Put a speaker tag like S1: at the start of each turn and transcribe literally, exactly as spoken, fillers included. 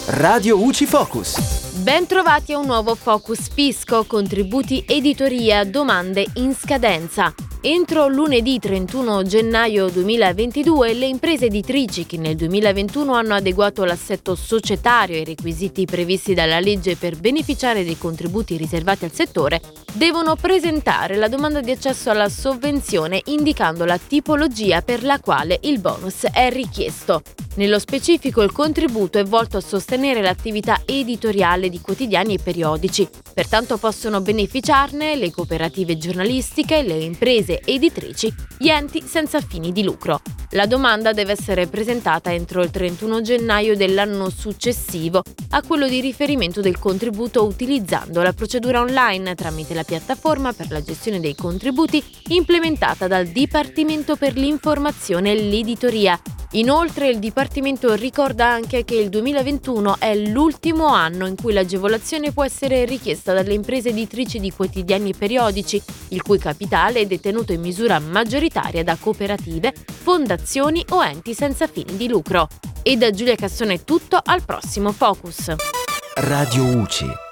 S1: Radio U C I Focus.
S2: Ben trovati a un nuovo Focus Fisco, contributi editoria, domande in scadenza. Entro lunedì trentuno gennaio duemilaventidue le imprese editrici che nel duemilaventuno hanno adeguato l'assetto societario ai requisiti previsti dalla legge per beneficiare dei contributi riservati al settore devono presentare la domanda di accesso alla sovvenzione indicando la tipologia per la quale il bonus è richiesto. Nello specifico il contributo è volto a sostenere l'attività editoriale di quotidiani e periodici, pertanto possono beneficiarne le cooperative giornalistiche, le imprese editrici, gli enti senza fini di lucro. La domanda deve essere presentata entro il trentuno gennaio dell'anno successivo a quello di riferimento del contributo utilizzando la procedura online tramite la piattaforma per la gestione dei contributi implementata dal Dipartimento per l'Informazione e l'Editoria. Inoltre il Dipartimento ricorda anche che il duemilaventuno è l'ultimo anno in cui l'agevolazione può essere richiesta dalle imprese editrici di quotidiani e periodici, il cui capitale è detenuto in misura maggioritaria da cooperative, fondazioni o enti senza fini di lucro. E da Giulia Cassone è tutto, al prossimo Focus.
S1: Radio U C I.